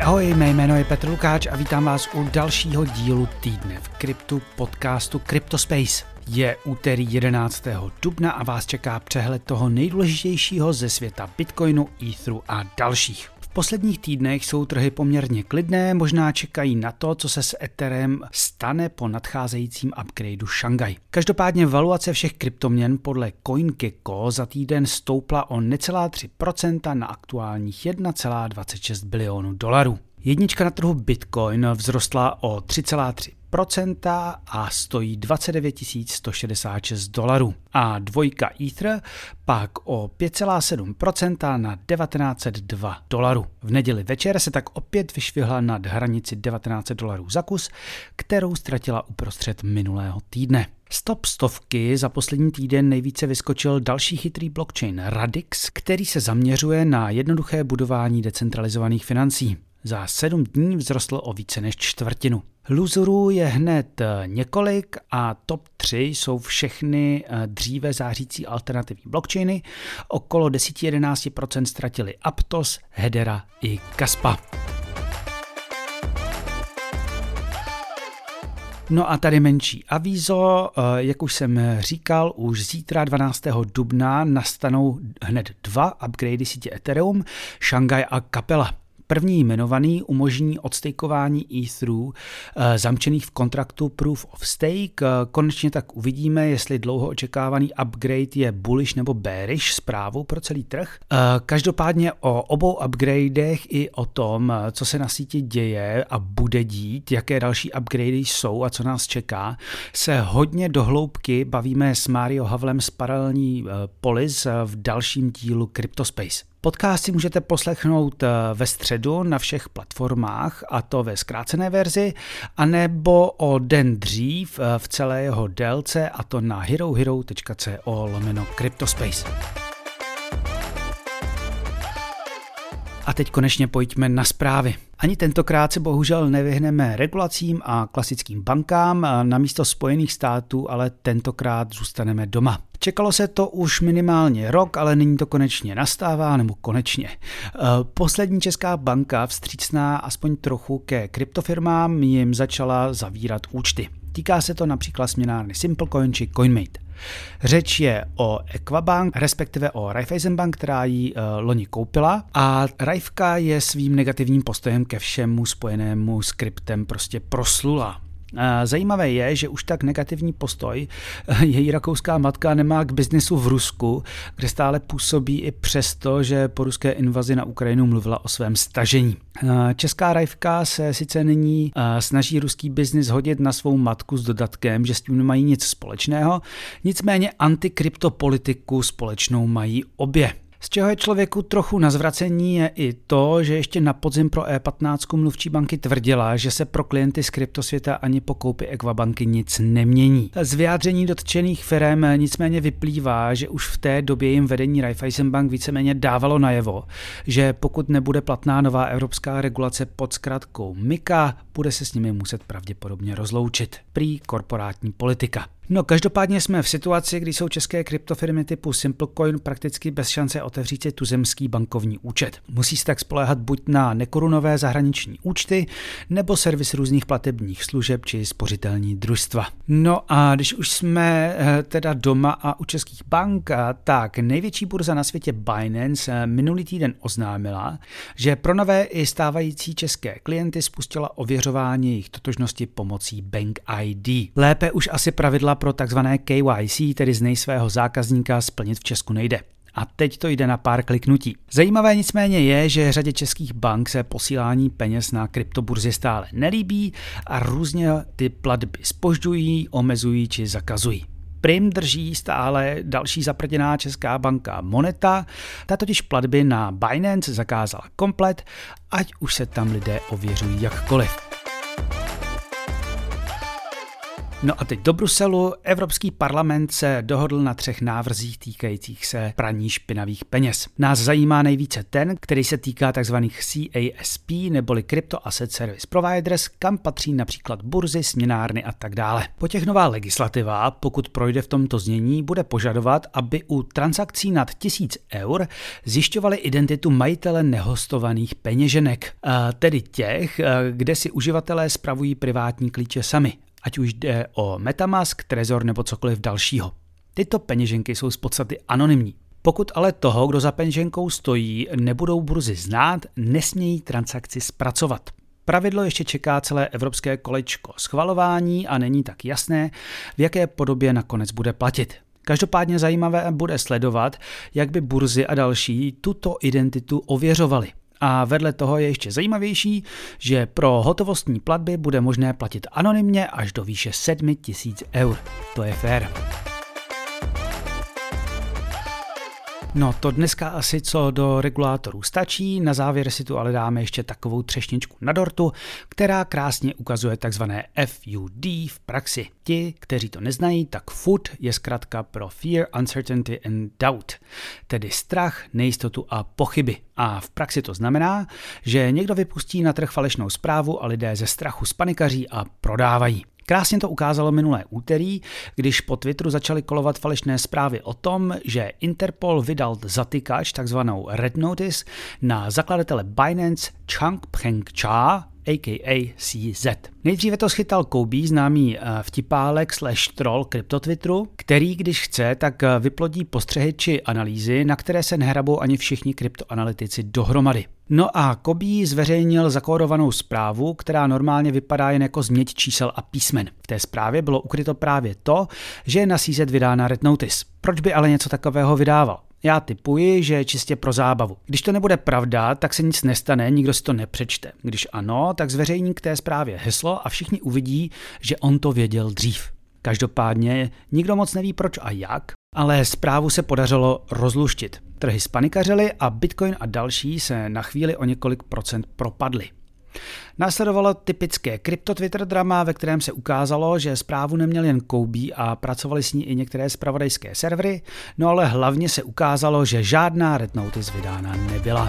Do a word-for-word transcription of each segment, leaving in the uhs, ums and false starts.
Ahoj, mé jméno je Petr Lukáč a vítám vás u dalšího dílu týdne v kryptu podcastu CryptoSpace. Je úterý jedenáctého dubna a vás čeká přehled toho nejdůležitějšího ze světa Bitcoinu, Etheru a dalších. V posledních týdnech jsou trhy poměrně klidné, možná čekají na to, co se s Etherem stane po nadcházejícím upgradeu Šanghaj. Každopádně valuace všech kryptoměn podle CoinGecko za týden stoupla o necelá tři procenta na aktuálních jedna celá dvacet šest bilionu dolarů. Jednička na trhu Bitcoin vzrostla o tři celá tři procenta a stojí dvacet devět tisíc sto šedesát šest dolarů. A dvojka Ether pak o pět celá sedm procenta na devatenáct set dva dolarů. V neděli večer se tak opět vyšvihla nad hranici devatenáct set dolarů za kus, kterou ztratila uprostřed minulého týdne. Z top stovky za poslední týden nejvíce vyskočil další chytrý blockchain Radix, který se zaměřuje na jednoduché budování decentralizovaných financí. Za sedm dní vzrostl o více než čtvrtinu. Loserů je hned několik a top tři jsou všechny dříve zářící alternativní blockchainy. Okolo deset až jedenáct procent ztratili Aptos, Hedera i Kaspa. No a tady menší avízo, jak už jsem říkal, už zítra dvanáctého dubna nastanou hned dva upgradey sítě Ethereum, Šanghaj a Capella. První jmenovaný umožní odstejkování Etherů e, zamčených v kontraktu Proof of Stake. E, konečně tak uvidíme, jestli dlouho očekávaný upgrade je bullish nebo bearish zprávou pro celý trh. E, každopádně o obou upgradech i o tom, co se na síti děje a bude dít, jaké další upgradey jsou a co nás čeká, se hodně dohloubky bavíme s Mario Havlem z Paralelní e, Polis v dalším dílu CryptoSpace. Podcast si můžete poslechnout ve středu na všech platformách, a to ve zkrácené verzi, anebo o den dřív v celé jeho délce, a to na herohero tečka co lomeno CryptoSpace. A teď konečně pojďme na zprávy. Ani tentokrát se bohužel nevyhneme regulacím a klasickým bankám, na místo Spojených států, ale tentokrát zůstaneme doma. Čekalo se to už minimálně rok, ale nyní to konečně nastává, nebo konečně. Poslední česká banka, vstřícná aspoň trochu ke kryptofirmám, jim začala zavírat účty. Týká se to například směnárny SimpleCoin či CoinMate. Řeč je o Equabank, respektive o Raiffeisenbank, která ji uh, loni koupila, a Raifka je svým negativním postojem ke všemu spojenému s kryptem prostě proslula. Zajímavé je, že už tak negativní postoj její rakouská matka nemá k biznesu v Rusku, kde stále působí i přesto, že po ruské invazi na Ukrajinu mluvila o svém stažení. Česká Raifka se sice nyní snaží ruský biznis hodit na svou matku s dodatkem, že s tím nemají nic společného, nicméně antikryptopolitiku společnou mají obě. Z čeho je člověku trochu na zvracení je i to, že ještě na podzim pro E patnáct mluvčí banky tvrdila, že se pro klienty z kryptosvěta ani po koupi Equabanky nic nemění. Z vyjádření dotčených firem nicméně vyplývá, že už v té době jim vedení Raiffeisenbank víceméně dávalo najevo, že pokud nebude platná nová evropská regulace pod zkratkou MiCA, bude se s nimi muset pravděpodobně rozloučit. Prý korporátní politika. No každopádně jsme v situaci, kdy jsou české kryptofirmy typu SimpleCoin prakticky bez šance otevřít si tuzemský bankovní účet. Musí se tak spoléhat buď na nekorunové zahraniční účty, nebo servis různých platebních služeb či spořitelní družstva. No a když už jsme teda doma a u českých bank, tak největší burza na světě Binance minulý týden oznámila, že pro nové i stávající české klienty spustila ověřování jejich totožnosti pomocí Bank I D. Lépe už asi pravidla pro takzvané K Y C, tedy znej svého zákazníka, splnit v Česku nejde. A teď to jde na pár kliknutí. Zajímavé nicméně je, že řadě českých bank se posílání peněz na kryptoburzy stále nelíbí a různě ty platby zpožďují, omezují či zakazují. Prim drží stále další zaprděná česká banka Moneta, ta totiž platby na Binance zakázala komplet, ať už se tam lidé ověřují jakkoliv. No a teď do Bruselu. Evropský parlament se dohodl na třech návrzích týkajících se praní špinavých peněz. Nás zajímá nejvíce ten, který se týká tzv. C A S P neboli Crypto Asset Service Providers, kam patří například burzy, směnárny a tak dále. Po těch nová legislativa, pokud projde v tomto znění, bude požadovat, aby u transakcí nad tisíc eur zjišťovali identitu majitele nehostovaných peněženek, tedy těch, kde si uživatelé spravují privátní klíče sami, ať už jde o Metamask, Trezor nebo cokoliv dalšího. Tyto peněženky jsou z podstaty anonymní. Pokud ale toho, kdo za peněženkou stojí, nebudou burzy znát, nesmějí transakci zpracovat. Pravidlo ještě čeká celé evropské kolečko schvalování a není tak jasné, v jaké podobě nakonec bude platit. Každopádně zajímavé bude sledovat, jak by burzy a další tuto identitu ověřovaly. A vedle toho je ještě zajímavější, že pro hotovostní platby bude možné platit anonymně až do výše sedm tisíc eur. To je fér. No to dneska asi co do regulátorů stačí, na závěr si tu ale dáme ještě takovou třešničku na dortu, která krásně ukazuje takzvané F U D v praxi. Ti, kteří to neznají, tak F U D je zkratka pro Fear, Uncertainty and Doubt, tedy strach, nejistotu a pochyby. A v praxi to znamená, že někdo vypustí na trh falešnou zprávu a lidé ze strachu spanikaří a prodávají. Krásně to ukázalo minulé úterý, když po Twitteru začaly kolovat falešné zprávy o tom, že Interpol vydal zatykač, takzvanou Red Notice, na zakladatele Binance Changpeng Cha, a k a. C Z. Nejdříve to schytal Kobe, známý vtipálek slash troll kryptotwitteru, který když chce, tak vyplodí postřehy či analýzy, na které se nehrabou ani všichni kryptoanalytici dohromady. No a Kobe zveřejnil zakódovanou zprávu, která normálně vypadá jen jako změť čísel a písmen. V té zprávě bylo ukryto právě to, že je na C Z vydána Red Notice. Proč by ale něco takového vydával? Já tipuji, že je čistě pro zábavu. Když to nebude pravda, tak se nic nestane, nikdo si to nepřečte. Když ano, tak zveřejní k té zprávě heslo a všichni uvidí, že on to věděl dřív. Každopádně nikdo moc neví proč a jak, ale zprávu se podařilo rozluštit. Trhy spanikařily a Bitcoin a další se na chvíli o několik procent propadly. Následovalo typické krypto-Twitter drama, ve kterém se ukázalo, že zprávu neměl jen Kobe a pracovali s ní i některé zpravodajské servery, no ale hlavně se ukázalo, že žádná Red Notice vydána nebyla.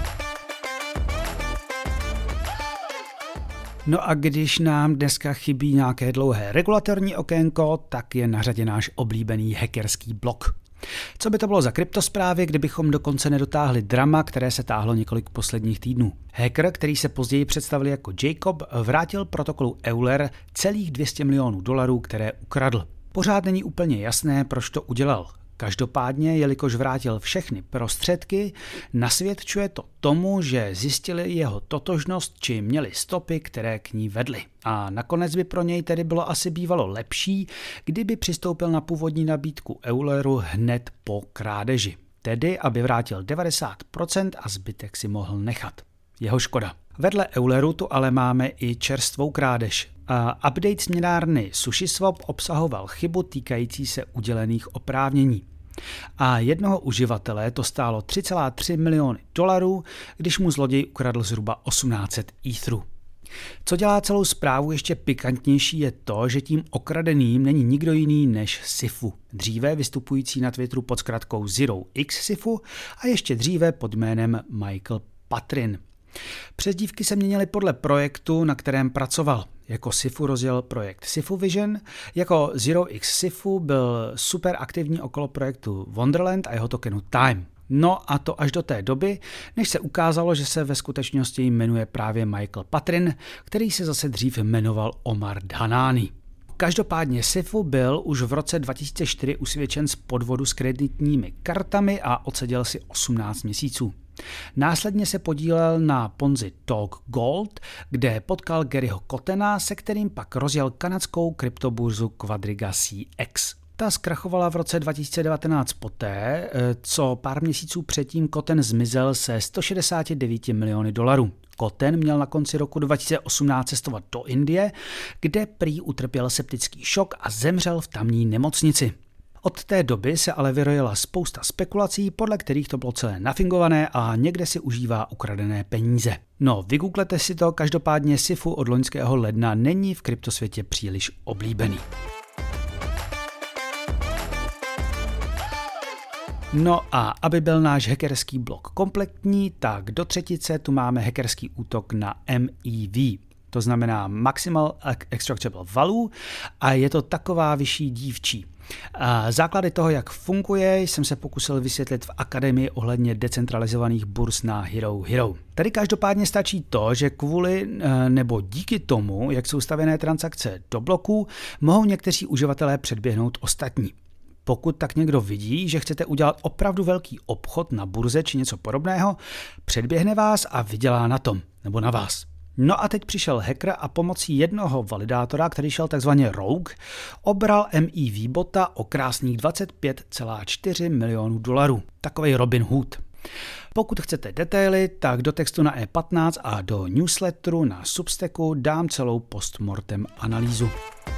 No a když nám dneska chybí nějaké dlouhé regulatorní okénko, tak je na řadě náš oblíbený hackerský blog. Co by to bylo za kryptosprávy, kdybychom dokonce nedotáhli drama, které se táhlo několik posledních týdnů? Hacker, který se později představil jako Jacob, vrátil protokolu Euler celých dvě stě milionů dolarů, které ukradl. Pořád není úplně jasné, proč to udělal. Každopádně, jelikož vrátil všechny prostředky, nasvědčuje to tomu, že zjistili jeho totožnost či měli stopy, které k ní vedly. A nakonec by pro něj tedy bylo asi bývalo lepší, kdyby přistoupil na původní nabídku Euleru hned po krádeži. Tedy, aby vrátil devadesát procent a zbytek si mohl nechat. Jeho škoda. Vedle Euleru tu ale máme i čerstvou krádež. A update směnárny SushiSwap obsahoval chybu týkající se udělených oprávnění. A jednoho uživatele to stálo tři celé tři miliony dolarů, když mu zloděj ukradl zhruba osmnáct set etherů. Co dělá celou zprávu ještě pikantnější je to, že tím okradeným není nikdo jiný než Sifu, dříve vystupující na Twitteru pod zkratkou Zero X Sifu a ještě dříve pod jménem Michael Patrin. Přezdívky se měnily podle projektu, na kterém pracoval. Jako Sifu rozjel projekt Sifu Vision, jako Zero X Sifu byl super aktivní okolo projektu Wonderland a jeho tokenu Time. No a to až do té doby, než se ukázalo, že se ve skutečnosti jmenuje právě Michael Patrin, který se zase dřív jmenoval Omar Dhanani. Každopádně Sifu byl už v roce dva tisíce čtyři usvědčen z podvodu s kreditními kartami a odseděl si osmnáct měsíců. Následně se podílel na Ponzi Talk Gold, kde potkal Garyho Cottena, se kterým pak rozjel kanadskou kryptoburzu Quadriga C X. Ta zkrachovala v roce dva tisíce devatenáct poté, co pár měsíců předtím Cotten zmizel se sto šedesát devět miliony dolarů. Cotten měl na konci roku dva tisíce osmnáct cestovat do Indie, kde prý utrpěl septický šok a zemřel v tamní nemocnici. Od té doby se ale vyrojila spousta spekulací, podle kterých to bylo celé nafingované a někde si užívá ukradené peníze. No, vygooglete si to, každopádně Sifu od loňského ledna není v kryptosvětě příliš oblíbený. No a aby byl náš hackerský blok kompletní, tak do třetice tu máme hackerský útok na M E V. To znamená Maximal Extractable Value a je to taková vyšší dívčí. Základy toho, jak funguje, jsem se pokusil vysvětlit v akademii ohledně decentralizovaných burz na Hero Hero. Tady každopádně stačí to, že kvůli nebo díky tomu, jak jsou stavěné transakce do bloků, mohou někteří uživatelé předběhnout ostatní. Pokud tak někdo vidí, že chcete udělat opravdu velký obchod na burze či něco podobného, předběhne vás a vydělá na tom, nebo na vás. No a teď přišel hacker a pomocí jednoho validátora, který šel takzvaně rogue, obral M E V bota o krásných dvacet pět celá čtyři milionů dolarů. Takovej Robin Hood. Pokud chcete detaily, tak do textu na E patnáct a do newsletteru na Substacku dám celou postmortem analýzu.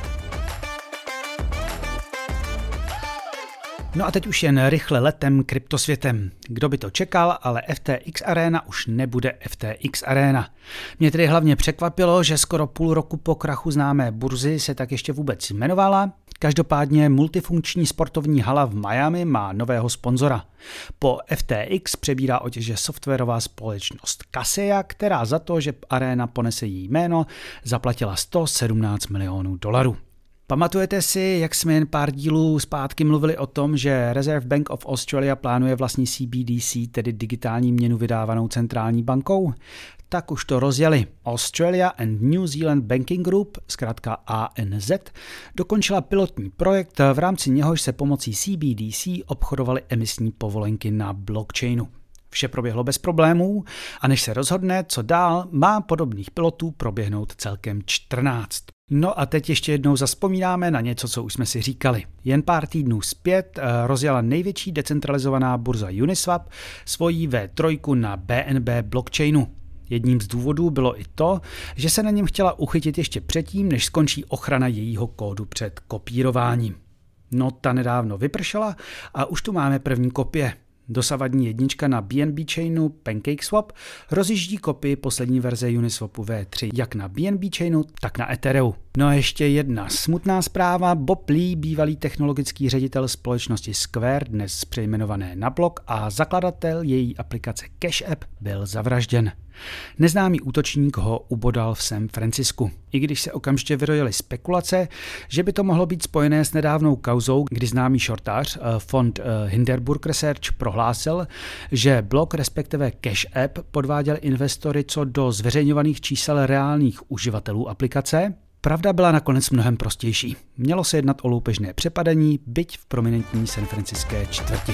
No a teď už jen rychle letem kryptosvětem. Kdo by to čekal, ale F T X Arena už nebude F T X Arena. Mě tedy hlavně překvapilo, že skoro půl roku po krachu známé burzy se tak ještě vůbec jmenovala. Každopádně multifunkční sportovní hala v Miami má nového sponzora. Po F T X přebírá otěže softwarová společnost Kaseya, která za to, že Arena ponese její jméno, zaplatila sto sedmnáct milionů dolarů. Pamatujete si, jak jsme jen pár dílů zpátky mluvili o tom, že Reserve Bank of Australia plánuje vlastní C B D C, tedy digitální měnu vydávanou centrální bankou? Tak už to rozjeli. Australia and New Zealand Banking Group, zkrátka A N Z, dokončila pilotní projekt, v rámci něhož se pomocí C B D C obchodovaly emisní povolenky na blockchainu. Vše proběhlo bez problémů a než se rozhodne, co dál, má podobných pilotů proběhnout celkem čtrnáct. No a teď ještě jednou zazpomínáme na něco, co už jsme si říkali. Jen pár týdnů zpět rozjela největší decentralizovaná burza Uniswap svojí V tři na B N B blockchainu. Jedním z důvodů bylo i to, že se na něm chtěla uchytit ještě předtím, než skončí ochrana jejího kódu před kopírováním. No ta nedávno vypršela a už tu máme první kopie. Dosavadní jednička na B N B chainu PancakeSwap rozjíždí kopii poslední verze Uniswapu V tři jak na B N B chainu, tak na Ethereu. No a ještě jedna smutná zpráva. Bob Lee, bývalý technologický ředitel společnosti Square, dnes přejmenované na Block, a zakladatel její aplikace Cash App, byl zavražděn. Neznámý útočník ho ubodal v San Francisku. I když se okamžitě vyrojily spekulace, že by to mohlo být spojené s nedávnou kauzou, kdy známý šortář fond Hindenburg Research prohlásil, že Block respektive Cash App podváděl investory co do zveřejňovaných čísel reálných uživatelů aplikace, pravda byla nakonec mnohem prostější. Mělo se jednat o loupežné přepadení, byť v prominentní sanfranciské čtvrti.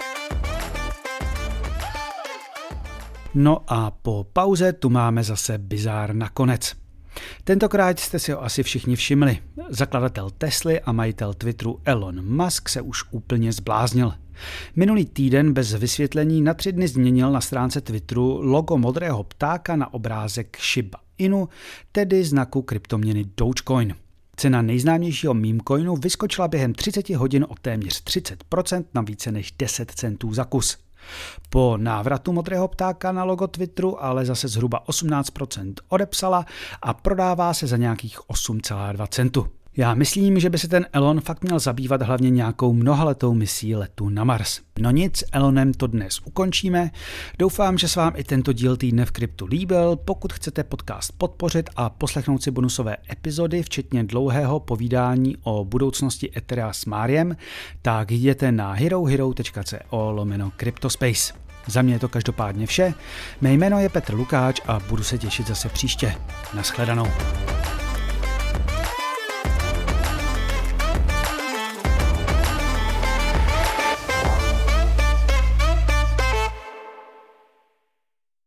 No a po pauze tu máme zase bizár nakonec. Tentokrát jste si ho asi všichni všimli. Zakladatel Tesly a majitel Twitteru Elon Musk se už úplně zbláznil. Minulý týden bez vysvětlení na tři dny změnil na stránce Twitteru logo modrého ptáka na obrázek Shiba Inu, tedy znaku kryptoměny Dogecoin. Cena nejznámějšího meme coinu vyskočila během třicet hodin o téměř třicet procent na více než deset centů za kus. Po návratu modrého ptáka na logo Twitteru ale zase zhruba osmnáct procent odepsala a prodává se za nějakých osm celá dva centu. Já myslím, že by se ten Elon fakt měl zabývat hlavně nějakou mnohaletou misí letu na Mars. No nic, Elonem to dnes ukončíme. Doufám, že se vám i tento díl Týdne v kryptu líbil. Pokud chcete podcast podpořit a poslechnout si bonusové epizody, včetně dlouhého povídání o budoucnosti Etherea s Máriem, tak jděte na herohero.co lomeno Cryptospace. Za mě je to každopádně vše. Mé jméno je Petr Lukáč a budu se těšit zase příště. Naschledanou.